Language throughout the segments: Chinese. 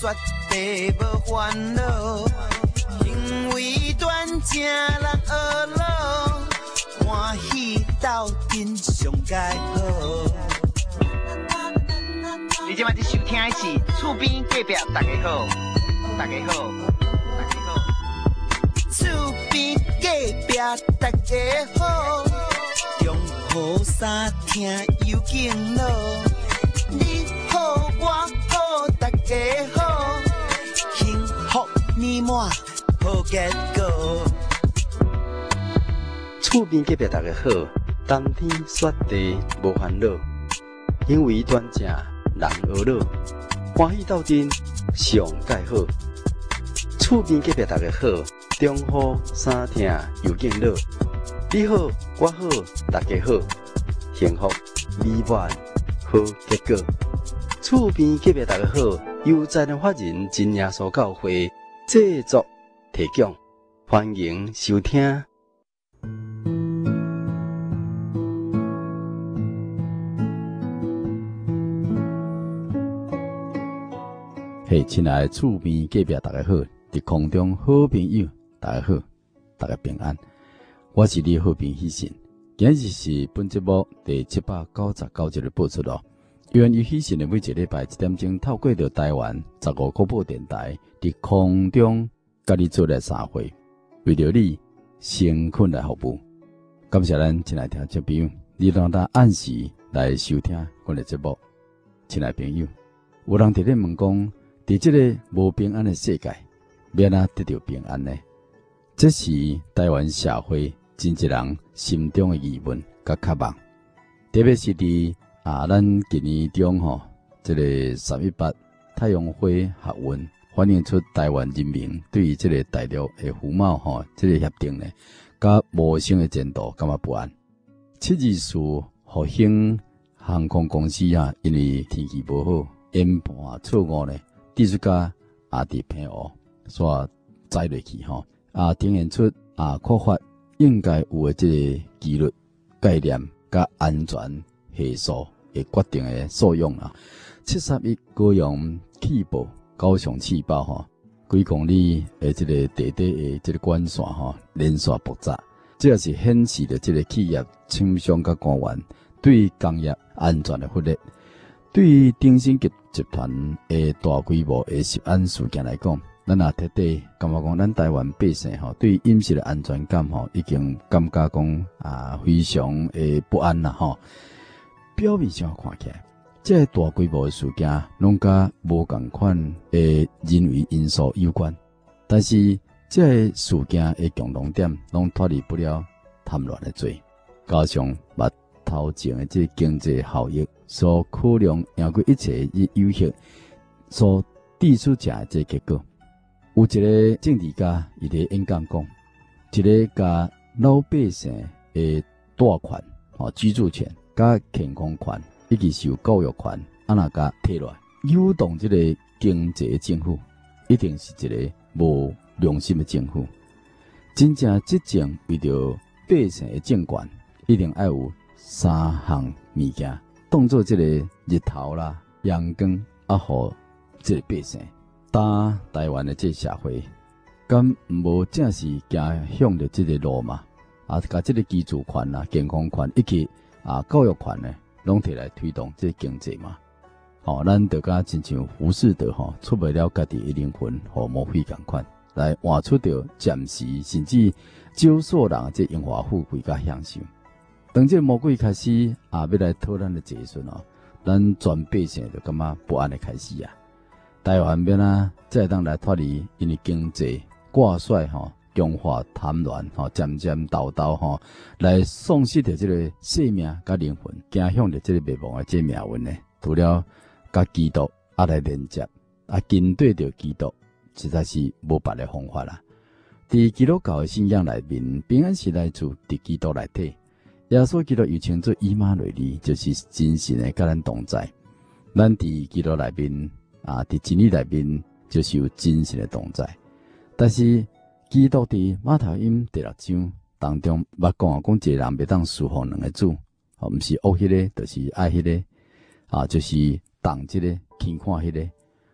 地无烦恼，行为端正人学老，欢喜斗阵上该好。你即摆伫收听的是厝边隔壁大家好，大家好，大家好，厝边隔壁大家好，中好三听有敬老，你好我好大家好，幸福美满好结果。 厝边隔壁大家好，冬天雪地无烦恼，行为端正人学老，欢喜斗阵上盖好。厝边隔壁大家好，中好三听又敬老，你好我好大家好，幸福美满好结果。厝边隔壁大家好，由在人法人真耶稣教会制作提供，欢迎收听。嘿，亲爱的厝边隔壁大家好，伫空中好朋友大家好，大家平安。我是你好朋友喜信，今日是本节目第799集的播出咯。愿意喜信的每一个礼拜1点钟透过着台湾15广播电台，伫空中甲你做来3回，为着你诚恳来服务。感谢咱亲爱听众朋友，你让咱按时来收听我的节目。亲爱朋友，有人伫咧问讲，伫这个无平安的世界，要哪得到平安呢？这是台湾社会真一人心中的疑问甲渴望。特别是伫咱今年中这个318太阳花学运，反映出台湾人民对于这个大陆的服贸这个协定呢，甲无声的前途感觉不安。7日数复兴航空公司因为天气无好，研判错误呢。技术家伫偏误，所载落去呈现出扩发应该有的这个纪律概念甲安全系数会决定的作用啦。731高雄气爆高雄气爆几公里的这个地底的这个管线连续爆炸，这也是显示了这个企业厂商甲官员对工业安全的忽略。对于丁新集团的大规模的涉案事件来讲，咱也彻底感觉讲，咱台湾百姓对于饮食的安全感已经感觉讲非常的不安啦表面上看起来，这大规模的事件拢甲无共款的人为因素有关，但是这事件的共同点拢脱离不了贪婪的罪，加上头前的这经济效益所可能赢过一切的有效所递出这的这结果。有一个政治家伊咧演讲讲，一个甲老百姓的大权居住权、甲健康权以及受教育权，若甲摕落来，诱动这个经济的政府，一定是一个无良心的政府。真正执政为着百姓的政权，一定要有3项物件，当做这个日头啦、阳光互这个百姓。台湾的这个社会，敢无正是行向着这个路嘛？甲这个居住权啦、健康权以及教育权呢，拢摕来推动这个经济嘛？咱就甲亲像浮士德出卖了家己的灵魂，互魔鬼共款，来换出着暂时甚至少数人这荣华富贵甲享受。当这个魔鬼开始要来讨咱的子孙咱全百姓就感觉不安的开始啊！台湾要哪才会当来脱离因为经济挂帅强化贪婪渐渐斗来丧失着这个生命甲灵魂，走向着这个灭亡的这命运呢？除了甲基督来连接跟对着基督，实在是无别的方法啦。伫基督教的信仰内面，平安是来自伫基督内底。耶稣基督又称作以马内利，就是真神的甲咱同在。咱伫基督内面伫真理内面，就是有真神的同在。但是基督伫马太福音第6章当中捌讲一个人袂当侍奉两个主，毋是恶迄个，就是爱迄个，就是动即个轻看迄个。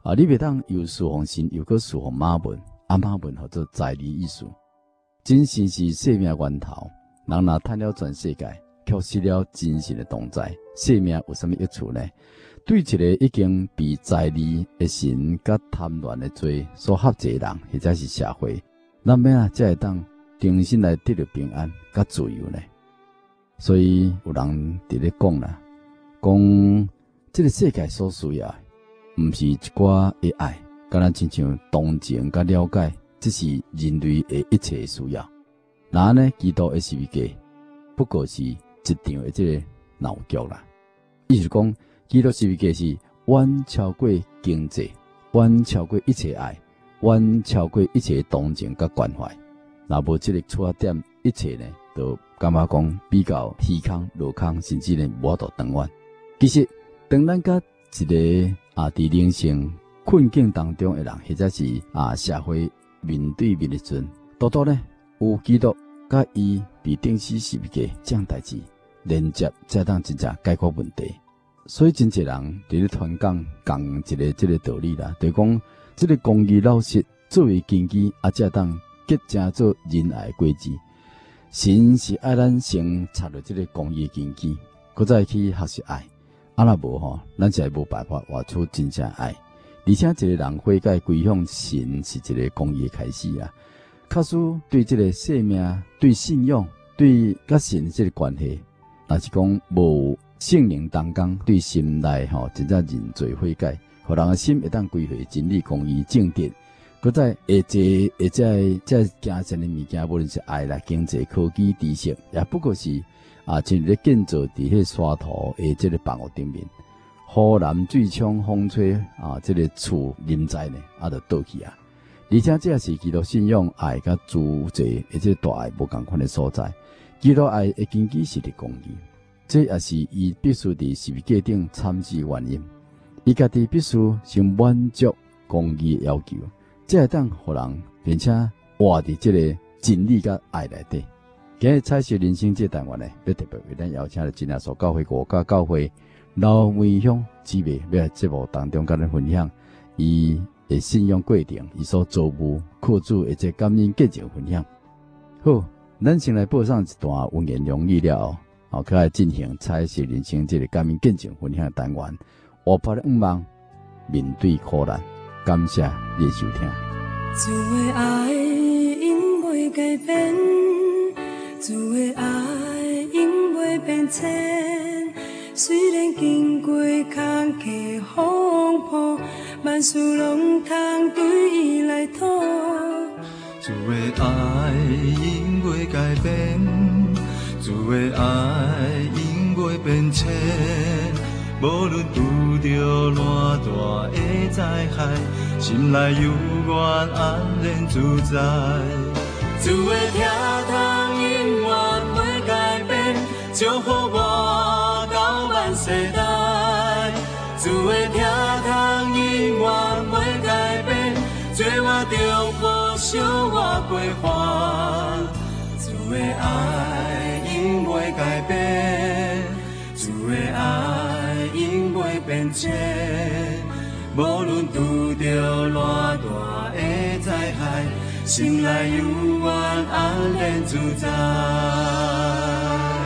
你袂当又侍奉神，又搁侍奉马门，马门或者在理意思。真神是生命源头，人若赚了全世界，却失了真神的同在，生命有啥物益处呢？对一个已经被在理的神甲贪婪的罪所辖制的人，或者是社会，咱要才会当重新来得到平安甲自由呢？所以有人伫咧讲啦，讲这个世界所需要的，毋是一寡的爱，敢若亲像同情甲了解，这是人类的一切需要。然呢，基督的十字架不过是一场的这个闹剧啦。意思讲，基督十字架是远超过经济，远超过一切爱，远超过一切同情甲关怀。若无这个出发点，一切呢，都感觉讲比较虚空、落空，甚至呢无法度长远。其实，当咱甲一个伫人生困境当中的人，或者是社会面对面的阵，多多呢有基督甲伊被钉死十字架这样代志连接，才当真正解决问题。所以真侪人伫咧传讲一个这个道理啦，就是讲这个公义老实作为根基，才当结成做仁爱的果子。神是爱咱先插入这个公义的根基，搁再去学习爱。若无吼，咱才无办法活出真正爱。而且一个人悔改归向神是一个公义的开始啊。假使对这个生命、对信仰、对甲神这个关系，若是讲无圣灵同工，对心内真正认罪悔改，互人的心会当归回真理、公义、正直。搁再再行前的物件，无论是爱啦、经济、科技、知识，也不过是像咧建造伫迄沙土的这个房屋顶面，雨淋水冲风吹这个厝临在呢，就倒去啊。而且这也是基督信仰爱甲主济的这大爱无共款的所在。基督爱的根基是伫公义，这也是伊必须伫十字架顶参死原因。伊家己必须先满足公义的要求。才会当互人，并且活伫这个真理甲爱内底。今日彩色人生这单元呢，要特别为咱邀请了真耶稣教会国家教会老梅乡姊妹，要来节目当中甲咱分享伊的信仰过程，伊所做务课主的这感恩见证分享。好，咱先来播上一段文言良语了后，可来进行彩色人生这个感恩见证分享的单元。我把的望面对苦难。感谢你的收听。 主的爱永袂改变，主的爱永袂变迁。虽然经过坎坷风波，万事拢通对伊来讨。 主的爱永袂改变，主的爱永袂变迁。无论拄着偌大的灾害，心内犹原安然自在。主的疼痛永远袂改变，祝福我到万世代。主的疼痛永远袂改变，做我中保守我过患。主的爱永袂改变，主的爱永袂变迁，无论拄着偌大的灾害，心内犹原安然自在。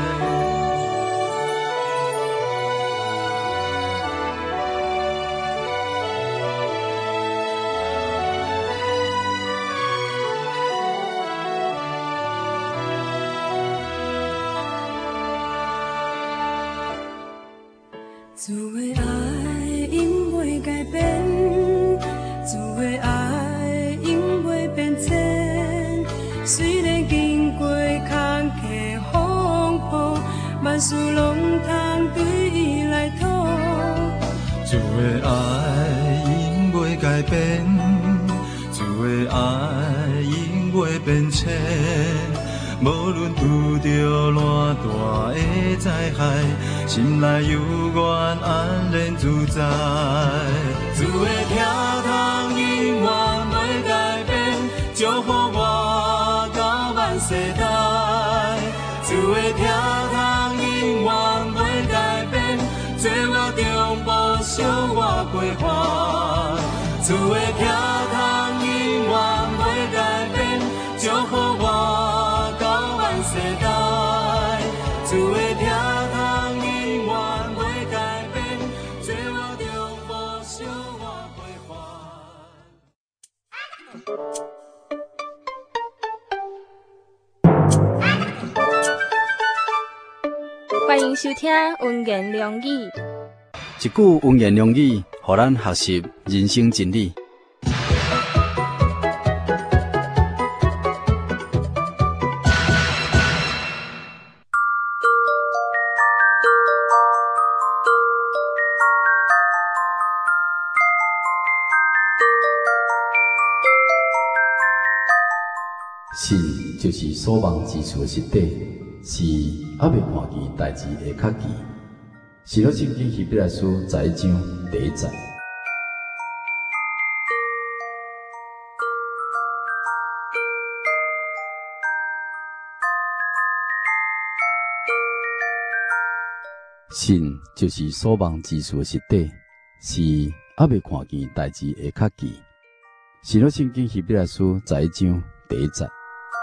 主的爱永袂改变，主的爱永袂变迁。虽然经过坎坷风波，万事拢通对伊来讨。 主的爱永袂改变，主的爱永袂变迁。无论拄着偌大的灾害，心内犹原安然自在。主的疼痛永远袂改变，祝福我到万世代。主的疼痛永远袂改变，做我中保守我过患。 主的疼痛永远袂改变，祝福我到万世代。主的疼痛永远袂改变，做我中无惜我归还。 欢迎收听文言良语。 一句文言良语，互咱学习人生真理。信就是所望之处的实底，是还未看见代志的确记。是了圣经希伯来书11章第1节。信就是所望之处的实底，是还未看见代志的确记。是了圣经希伯来书11章第1节。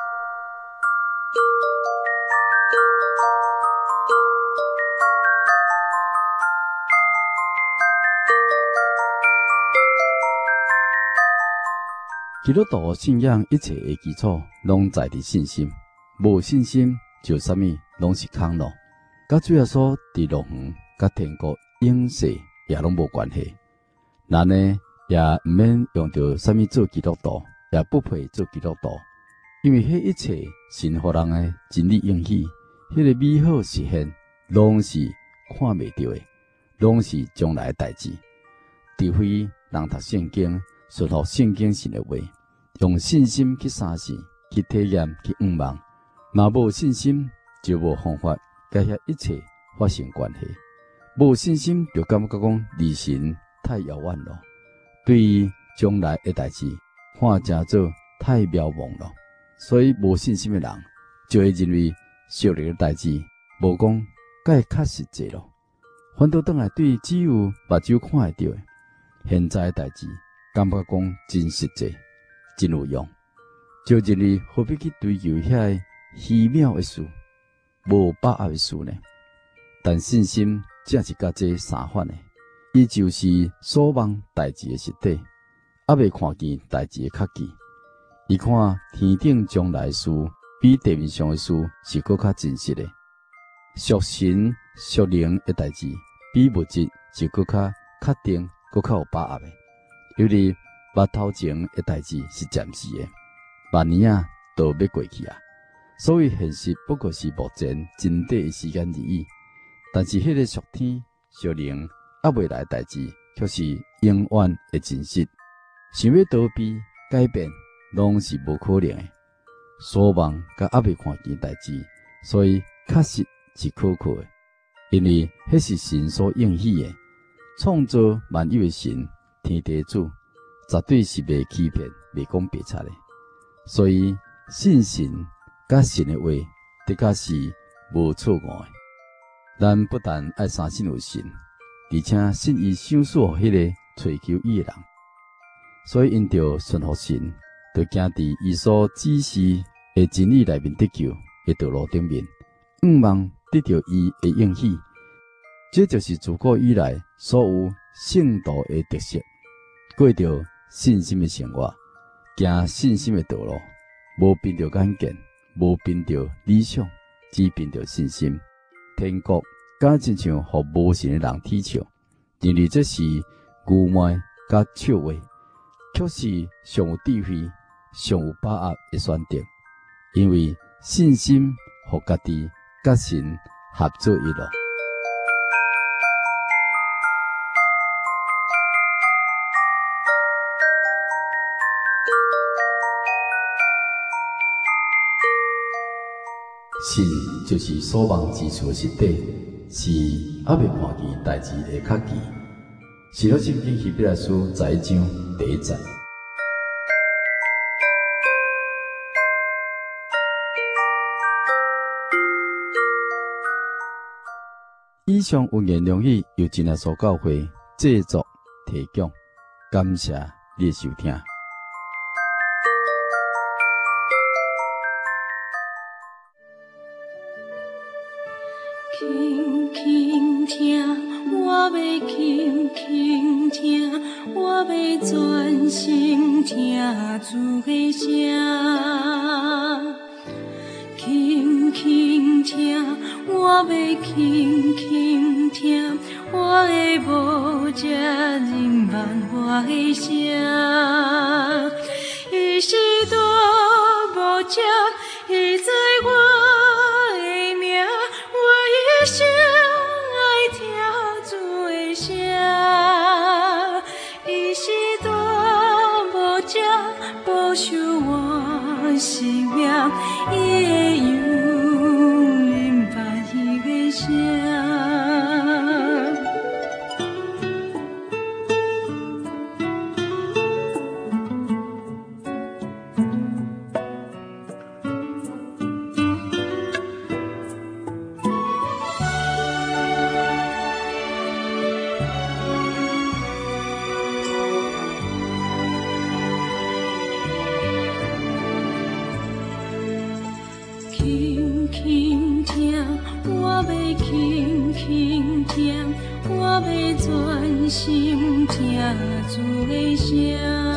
基督徒信仰一切的基础，拢在伫信心。无信心，就啥物拢是空咯。甲主耶稣伫乐园，甲天国永世也拢无关系。咱呢也毋免用着啥物做基督徒，也不配做基督徒，因为迄一切神互人的真理应许，迄个美好实现，拢是看袂到的，拢是将来的代志。除非人读圣经。顺服圣经神的话，用信心去相信、去体验、去仰望。若无信心，就无方法甲遐一切发生关系。无信心就感觉讲离神太遥远了，对于将来的代志看成做太渺茫了。所以无信心的人，就会认为属灵的代志无讲该较实际咯。反倒转来对只有目睭看会到的现在的代志。感觉讲真实际，真有用，就认为何必去追求遐虚渺的事、无把握的事呢？但信心正是甲这相反的，伊就是所望代志的实底，还未看见代志的确记。伊看天顶将来的事，比地面上的事是搁较真实的；属神、属灵的代志，比物质是搁较确定、搁较有把握的。有哩，目头前的代志是暂时的，万年啊都要过去啊。所以现实不过是目前真短的时间而已。但是迄个属天、属灵还未来的代志，却是永远的真实。想要逃避、改变，拢是无可能的。所望甲还未看见代志，所以确实是可靠的，因为迄是神所应许的，创造万有的神。天地主绝对是袂欺骗、袂讲白贼的，所以信神甲神的话，的确是无错误的。咱不但爱相信有神，而且信伊赏赐迄个追求伊的人。所以因着顺服神，就行伫伊所指示的真理内面得救的道路顶面，仰望得到伊的应许。这就是自古以来所有圣道的特色。过着信心的生活，行信心的道路，无凭着眼见，无凭着理想，只凭着信心。天国敢亲像互无神的人踢笑，认为这是愚昧甲笑话，却是上有智慧、上有把握的选择。因为信心互家己甲神合作一路。信就是所望之处的实底，是还未看见代志的确记。是了圣经希伯来书11章第1节。以上文言良语由真耶稣教会制作提供，感谢你的收听。 轻轻听，我要轻轻听，我要专心听主的声。轻轻听，我要轻轻听，我的无遮人万我的声。伊是大无遮，伊在我的名，我一生爱听主的声。伊是大无遮，保守我性命，伊的油淋巴伊的声。轻轻听，我要轻轻听，我要专心听主的声。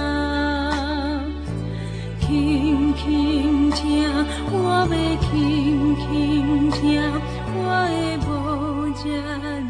轻轻听，我要轻轻听，我的无遮。